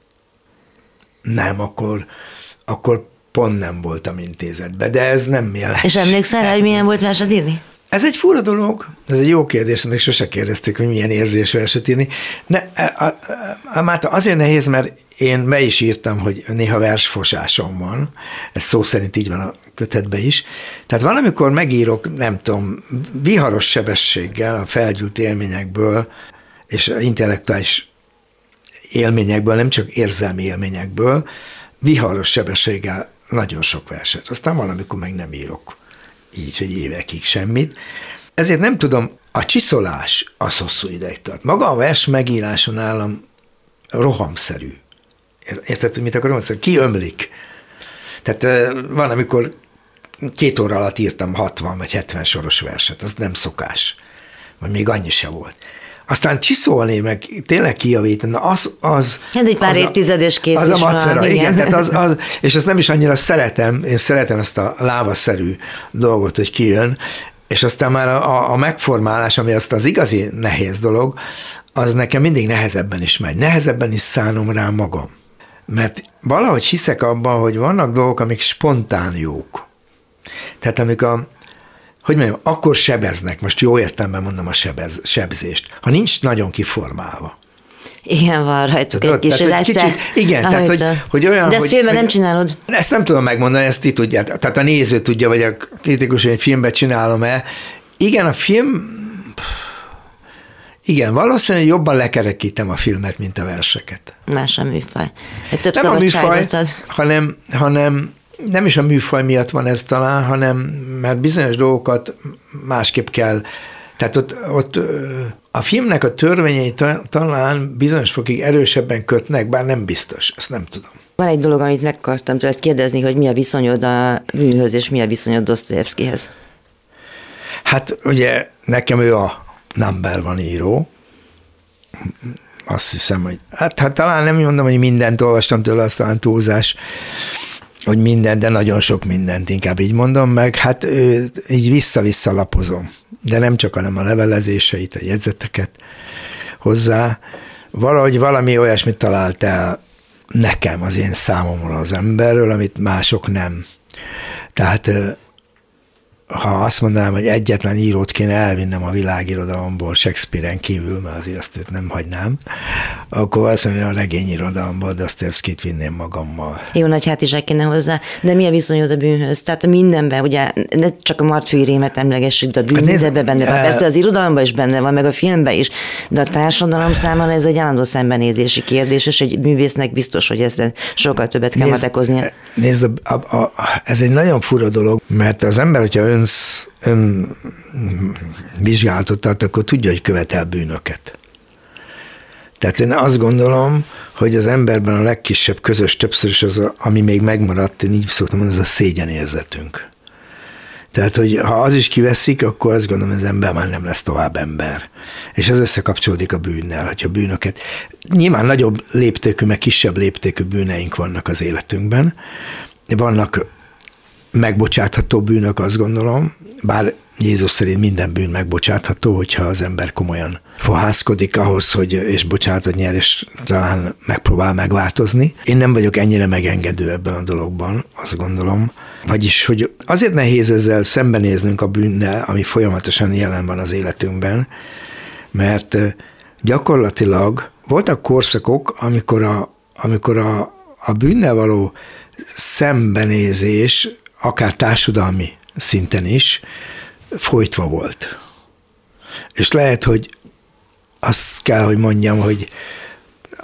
Nem, akkor, akkor pont nem voltam intézetben, de ez nem jelent. És emlékszel rá, hogy milyen volt verset írni? Ez egy fura dolog, ez egy jó kérdés, még sose kérdezték, hogy milyen érzés verset írni. Ne, a, a, a, Márta, azért nehéz, mert én be is írtam, hogy néha versfosásom van, ez szó szerint így van a kötetben is. Tehát valamikor megírok, nem tudom, viharos sebességgel a felgyűlt élményekből, és intellektuális élményekből, nem csak érzelmi élményekből, viharos sebességgel nagyon sok verset. Aztán valamikor meg nem írok így, hogy évekig semmit. Ezért nem tudom, a csiszolás az hosszú ideig tart. Maga a vers megírása nálam rohamszerű. Érted, hogy mit akarom mondani? Kiömlik. Tehát van, amikor két óra alatt írtam hatvan vagy hetven soros verset, az nem szokás. Vagy még annyi se volt. Aztán csiszolni, meg tényleg kijavítani, na az... az hát egy pár az évtized és kész az is a macera, van, igen. igen. Tehát az, az, és ezt nem is annyira szeretem, én szeretem ezt a lávaszerű dolgot, hogy kijön, és aztán már a, a megformálás, ami azt az igazi nehéz dolog, az nekem mindig nehezebben is megy. Nehezebben is szánom rá magam. Mert valahogy hiszek abban, hogy vannak dolgok, amik spontán jók. Tehát amik a hogy mondjam, akkor sebeznek, most jó értelemben mondom a sebez, sebzést, ha nincs nagyon kiformálva. Igen, van rajtuk egy kis kicsit, igen, tehát hogy, hogy olyan, de ezt hogy, filmben hogy, nem csinálod? Ezt nem tudom megmondani, ezt ti tudjátok. Tehát a néző tudja, vagy a kritikus, hogy egy filmben csinálom-e. Igen, a film, igen, valószínűleg jobban lekerekítem a filmet, mint a verseket. Más a műfaj. Több nem a műfaj, ad. hanem, hanem nem is a műfaj miatt van ez talán, hanem mert bizonyos dolgokat másképp kell. Tehát ott, ott a filmnek a törvényei talán bizonyos fokig erősebben kötnek, bár nem biztos, ezt nem tudom. Van egy dolog, amit meg akartam tőled kérdezni, hogy mi a viszonyod a bűnhöz, és mi a viszonyod Dosztojevszkihez? Hát ugye nekem ő a number van író. Azt hiszem, hogy hát, hát talán nem mondom, hogy mindent olvastam tőle, az talán túlzás, hogy minden, de nagyon sok mindent, inkább így mondom meg, hát ő, így vissza-vissza lapozom, de nem csak, hanem a levelezéseit, a jegyzeteket hozzá. Valahogy valami olyasmit talált el nekem, az én számomra az emberről, amit mások nem. Tehát ha azt mondanám, hogy egyetlen írót kéne elvinnem a világirodalomból Shakespeare-en kívül, mert azért azt őt nem hagynám, akkor azt mondja, a regényirodalomból Dosztojevszkit vinném magammal. Jó nagy hátizsák kéne hozzá, de mi a viszonyod a bűnhöz? Tehát mindenben, ugye ne csak a Martfői Rémet emlegessük, de a bűn mindenben benne van. Persze az irodalomban is benne van, meg a filmben is, de a társadalom számára ez egy állandó szembenézési kérdés, és egy művésznek biztos, hogy ezzel sokkal többet kell matekoznia. Nézd, a, a, a, ez egy nagyon fura dolog, mert az ember, hogyha ön, ön vizsgálatot tart, akkor tudja, hogy követel bűnöket. Tehát én azt gondolom, hogy az emberben a legkisebb közös többszörös az, ami még megmaradt, én így szoktam mondani, az a szégyenérzetünk. Tehát, hogy ha az is kiveszik, akkor azt gondolom, hogy az ember már nem lesz tovább ember. És ez összekapcsolódik a bűnnel, hogyha bűnöket. Nyilván nagyobb léptékű, meg kisebb léptékű bűneink vannak az életünkben. Vannak megbocsátható bűnök, azt gondolom, bár Jézus szerint minden bűn megbocsátható, hogyha az ember komolyan fohászkodik ahhoz, hogy és bocsánatot nyer, és talán megpróbál megváltozni. Én nem vagyok ennyire megengedő ebben a dologban, azt gondolom. Vagyis, hogy azért nehéz ezzel szembenéznünk a bűnnel, ami folyamatosan jelen van az életünkben, mert gyakorlatilag voltak korszakok, amikor a, amikor a, a bűnnel való szembenézés, akár társadalmi szinten is, folytva volt. És lehet, hogy azt kell, hogy mondjam, hogy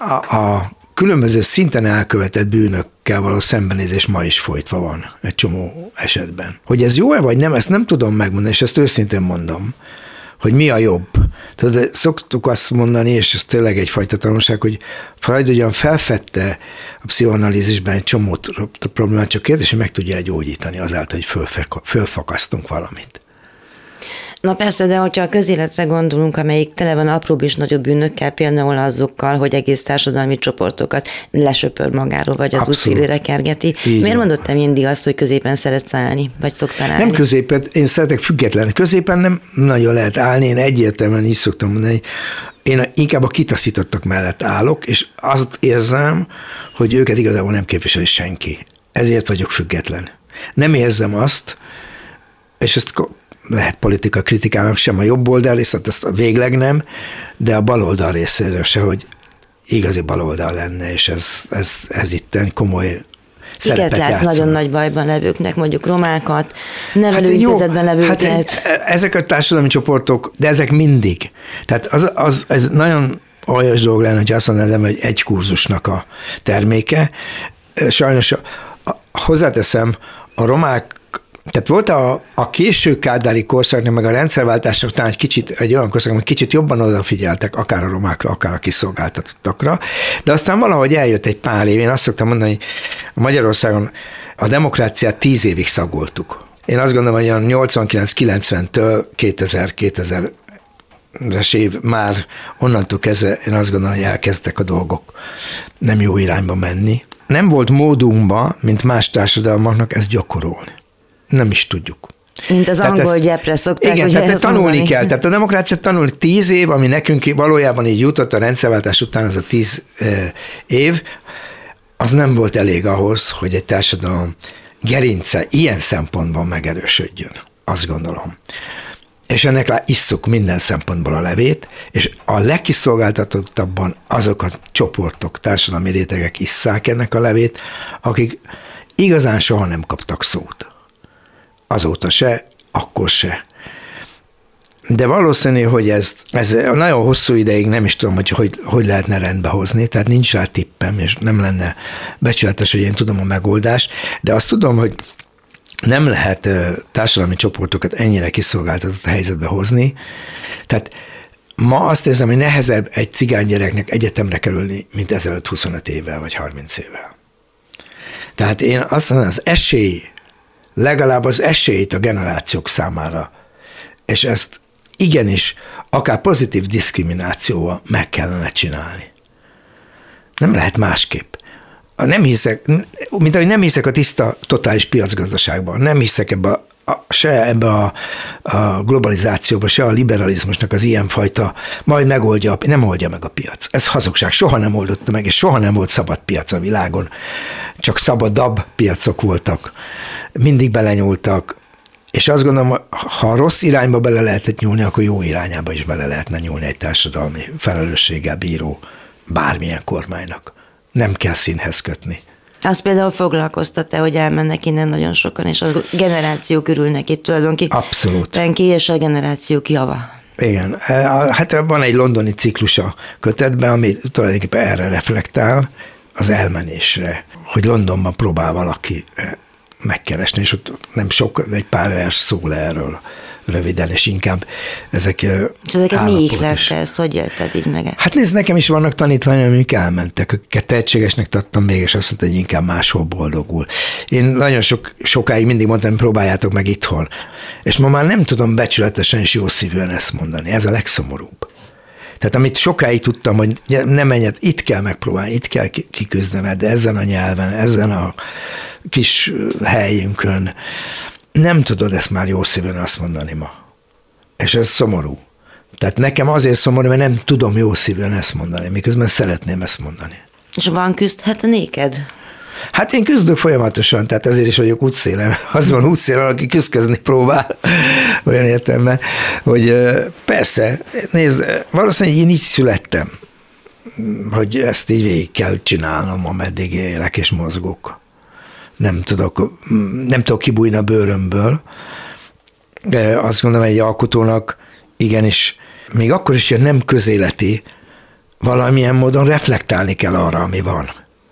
a, a különböző szinten elkövetett bűnökkel való szembenézés ma is folytva van egy csomó esetben. Hogy ez jó-e vagy nem, ezt nem tudom megmondani, és ezt őszintén mondom, hogy mi a jobb. Tudod, szoktuk azt mondani, és ez tényleg egyfajta tanulság, hogy Freud ugyan felfedte a pszichoanalízisben egy csomó problémát, csak kérdés, hogy meg tudja gyógyítani azáltal, hogy fölfakasztunk valamit. Na persze, de hogyha a közéletre gondolunk, amelyik tele van apróbb és nagyobb bűnökkel, például azokkal, hogy egész társadalmi csoportokat lesöpör magáról, vagy az útszélére kergeti. Így Miért mondod te mindig azt, hogy középen szeretsz állni, vagy szoktál állni? Nem középen, én szeretek független. Középen nem nagyon lehet állni, én egyértelműen így szoktam mondani, én inkább a kitaszítottak mellett állok, és azt érzem, hogy őket igazából nem képviseli senki. Ezért vagyok független. Nem érzem azt, és ezt lehet politika kritikának sem a jobb oldal részét, ezt végleg nem, de a bal oldal részéről se, hogy igazi bal oldal lenne, és ez, ez, ez itten komoly szerepet látsz játszanak. Nagyon nagy bajban levőknek, mondjuk romákat, nevelőintézetben hát levőket. Hát ezek a társadalmi csoportok, de ezek mindig. Tehát az, az, ez nagyon olyas dolog lenne, hogy azt mondanám, hogy egy kurzusnak a terméke. Sajnos a, a, hozzáteszem, a romák, tehát volt a, a késő kádári korszaknak, meg a rendszerváltásnak után egy kicsit, egy olyan korszak, hogy kicsit jobban odafigyeltek, akár a romákra, akár a kiszolgáltatottakra, de aztán valahogy eljött egy pár év, én azt szoktam mondani, hogy Magyarországon a demokráciát tíz évig szagoltuk. Én azt gondolom, hogy a nyolcvankilenc-kilencventől kétezer-es év már onnantól kezdve én azt gondolom, hogy elkezdtek a dolgok nem jó irányba menni. Nem volt módunkban, mint más társadalmaknak ezt gyakorolni. Nem is tudjuk. Mint az tehát angol ezt, gyepre szokták. Igen, tehát ezt tanulni mondani. kell. Tehát a demokráciát tanulni tíz év, ami nekünk valójában így jutott a rendszerváltás után, az a tíz év, az nem volt elég ahhoz, hogy egy társadalom gerince ilyen szempontban megerősödjön. Azt gondolom. És ennek isszuk minden szempontból a levét, és a legkiszolgáltatottabban azok a csoportok, társadalmi rétegek isszák ennek a levét, akik igazán soha nem kaptak szót. Azóta se, akkor se. De valószínű, hogy ez, ez nagyon hosszú ideig nem is tudom, hogy, hogy hogy lehetne rendbe hozni, tehát nincs rá tippem, és nem lenne becsületes, hogy én tudom a megoldást, de azt tudom, hogy nem lehet társadalmi csoportokat ennyire kiszolgáltatott helyzetbe hozni. Tehát ma azt érzem, hogy nehezebb egy cigány gyereknek egyetemre kerülni, mint ezelőtt huszonöt évvel vagy harminc évvel. Tehát én azt mondom, az esély, legalább az esélyt a generációk számára, és ezt igenis akár pozitív diszkriminációval meg kellene csinálni. Nem lehet másképp. Nem hiszek, mint ahogy nem hiszek a tiszta, totális piacgazdaságban, nem hiszek ebbe a, a, se ebbe a, a globalizációba, se a liberalizmusnak az ilyenfajta, majd megoldja, nem oldja meg a piac. Ez hazugság, soha nem oldotta meg, és soha nem volt szabad piac a világon. Csak szabadabb piacok voltak. Mindig belenyúltak, és azt gondolom, ha rossz irányba bele lehetett nyúlni, akkor jó irányába is bele lehetne nyúlni egy társadalmi felelősséggel bíró bármilyen kormánynak. Nem kell színhez kötni. Az például foglalkoztat-e, hogy elmennek innen nagyon sokan, és a generációk örülnek itt tulajdonképpen. Abszolút. Ki és a generációk java. Igen. Hát van egy londoni ciklus a kötetben, ami tulajdonképpen erre reflektál, az elmenésre, hogy Londonban próbál valaki megkeresni, és ott nem sok, egy pár vers szól erről röviden, és inkább ezek és ezeket mi ihlette, ezt hogy élted így meg? Hát nézd, nekem is vannak tanítványok, amik elmentek, akiket tehetségesnek tartom még, és azt mondta, hogy inkább máshol boldogul. Én nagyon sok, sokáig mindig mondtam, hogy próbáljátok meg itthon. És ma már nem tudom becsületesen és jó szívűen ezt mondani. Ez a legszomorúbb. Tehát amit sokáig tudtam, hogy nem menjed, itt kell megpróbálni, itt kell kiküzdened, de ezen a nyelven, ezen a kis helyünkön. Nem tudod ezt már jó szívűen azt mondani ma. És ez szomorú. Tehát nekem azért szomorú, mert nem tudom jó szívűen ezt mondani, miközben szeretném ezt mondani. És van küzdhet néked? Hát én küzdök folyamatosan, tehát ezért is vagyok útszélen. Az van útszélen, aki küzdközni próbál, olyan értelemben, hogy persze, nézd, valószínűleg én így születtem, hogy ezt így végig kell csinálnom, ameddig élek és mozgok. Nem tudok, nem tudok kibújni a bőrömből, de azt gondolom, hogy egy alkotónak igenis, még akkor is, hogy nem közéleti, valamilyen módon reflektálni kell arra, ami van.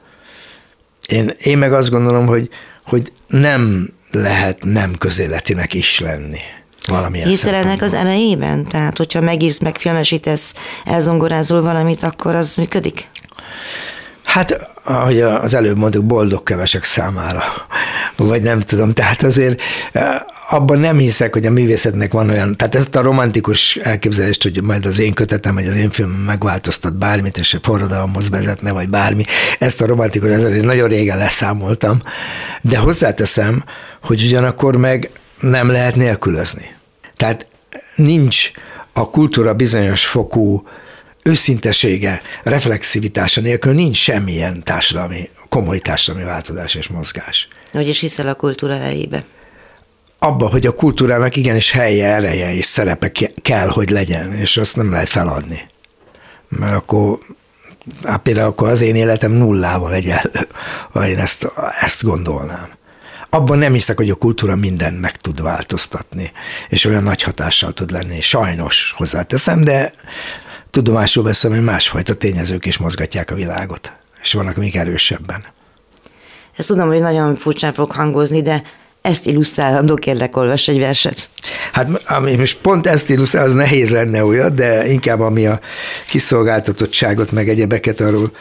Én, én meg azt gondolom, hogy, hogy nem lehet nem közéletinek is lenni. Hiszel ennek az elejében? Tehát, hogyha megírsz, megfilmesítesz, elzongorázol valamit, akkor az működik? Hát, ahogy az előbb mondtuk, boldog kevesek számára, vagy nem tudom, tehát azért abban nem hiszek, hogy a művészetnek van olyan, tehát ezt a romantikus elképzelést, hogy majd az én kötetem, vagy az én filmem megváltoztat bármit, és forradalomhoz vezetne, vagy bármi, ezt a romantikus, ezzel én nagyon régen leszámoltam, de hozzáteszem, hogy ugyanakkor meg nem lehet nélkülözni. Tehát nincs a kultúra bizonyos fokú őszintesége, reflexivitása nélkül nincs semmilyen társadalmi, komoly társadalmi változás és mozgás. Hogy is hiszel a kultúra elejébe? Abba, hogy a kultúrának igenis helye, ereje és szerepe kell, hogy legyen, és azt nem lehet feladni. Mert akkor, hát például akkor az én életem nullával egyenlő, ha én ezt, ezt gondolnám. Abban nem hiszek, hogy a kultúra mindent meg tud változtatni, és olyan nagy hatással tud lenni. Sajnos hozzáteszem, de tudomásul veszem, hogy másfajta tényezők is mozgatják a világot, és vannak még erősebben. Ezt tudom, hogy nagyon furcsán fog hangozni, de ezt illusztrálandó, kérlek, olvas egy verset. Hát ami most pont ezt illusztrál, az nehéz lenne olyat, de inkább ami a kiszolgáltatottságot, meg egyebeket, arról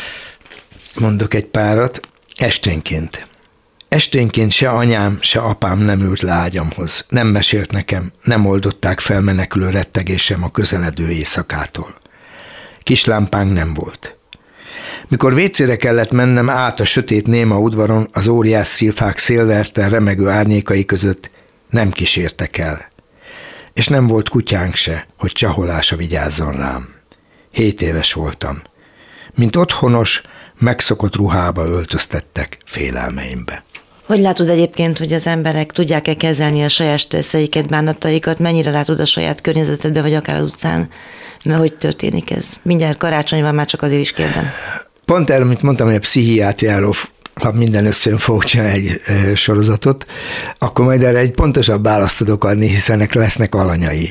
mondok egy párat. Esténként. Esténként se anyám, se apám nem ült le ágyamhoz. Nem mesélt nekem, nem oldották fel menekülő rettegésem a közeledő éjszakától. Kislámpánk nem volt. Mikor vécére kellett mennem át a sötét néma udvaron, az óriás szilfák szélverten remegő árnyékai között nem kísértek el. És nem volt kutyánk se, hogy csaholása vigyázzon rám. Hét éves voltam. Mint otthonos, megszokott ruhába öltöztettek félelmeimbe. Hogy látod egyébként, hogy az emberek tudják-e kezelni a saját stresszeiket, bánataikat? Mennyire látod a saját környezetedben, vagy akár az utcán? Mert hogy történik ez? Mindjárt karácsony van, már csak azért is kérdem. Pont erről, mint mondtam, hogy a pszichiátriáról, ha minden összejön, fogok csinálni egy e, sorozatot, akkor majd erre egy pontosabb választ tudok adni, hiszen ennek lesznek alanyai.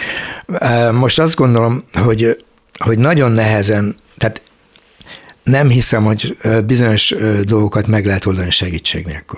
E, most azt gondolom, hogy, hogy nagyon nehezen, tehát nem hiszem, hogy bizonyos dolgokat meg lehet oldani segítség nélkül.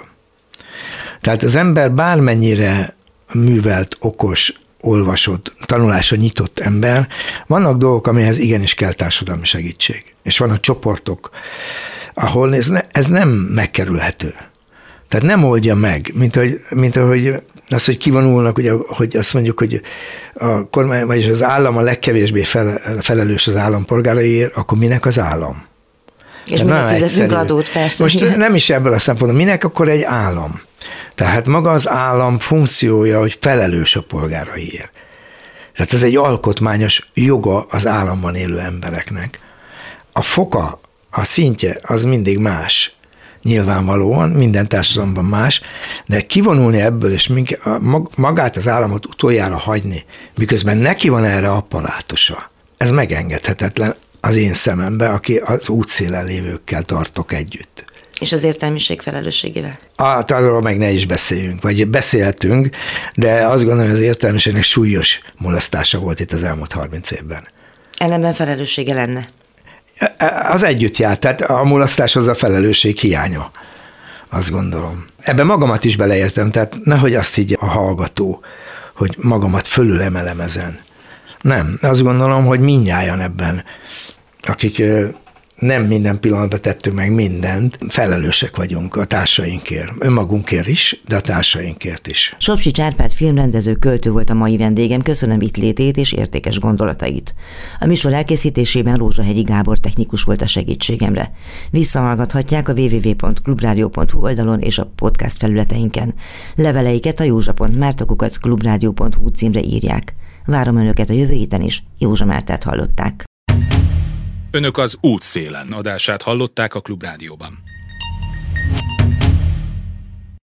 Tehát az ember bármennyire művelt, okos, olvasott, tanulásra nyitott ember, vannak dolgok, amihez igenis kell társadalmi segítség. És vannak csoportok, ahol ez, ne, ez nem megkerülhető. Tehát nem oldja meg, mint ahogy, mint ahogy az, hogy kivonulnak, ugye, hogy azt mondjuk, hogy a kormány, vagyis az állam a legkevésbé felelős az állampolgáraiért, akkor minek az állam? És minek fizetünk adót, persze. Most igen. Nem is ebből a szempontból. Minek akkor egy állam? Tehát maga az állam funkciója, hogy felelős a polgáraiért. Tehát ez egy alkotmányos joga az államban élő embereknek. A foka, a szintje az mindig más. Nyilvánvalóan, minden társadalomban más, de kivonulni ebből, és magát az államot utoljára hagyni, miközben neki van erre apparátusa, ez megengedhetetlen az én szemembe, aki az útszélen lévőkkel tartok együtt. És az értelmiség felelősségével? Hát arról meg ne is beszéljünk, vagy beszélhetünk, de azt gondolom, hogy az értelmiségnek súlyos mulasztása volt itt az elmúlt harminc évben. Ellenben felelőssége lenne? Az együtt jár, tehát a mulasztáshoz a felelősség hiánya, azt gondolom. Ebben magamat is beleértem, tehát nehogy azt higgye a hallgató, hogy magamat fölül emelem ezen. Nem, azt gondolom, hogy mindnyájan ebben, akik nem minden pillanatban tettünk meg mindent, felelősek vagyunk a társainkért, önmagunkért is, de a társainkért is. Sopsics Árpád filmrendező, költő volt a mai vendégem, köszönöm itt létét és értékes gondolatait. A műsor elkészítésében Rózsahegyi Gábor technikus volt a segítségemre. Visszahallgathatják a double-u double-u double-u pont klubrádió pont hu oldalon és a podcast felületeinken. Leveleiket a józsa pont márta kukac klubrádió pont hu címre írják. Várom önöket a jövő héten is, Józsa Mártát hallották. Önök az Útszélen adását hallották a Klubrádióban.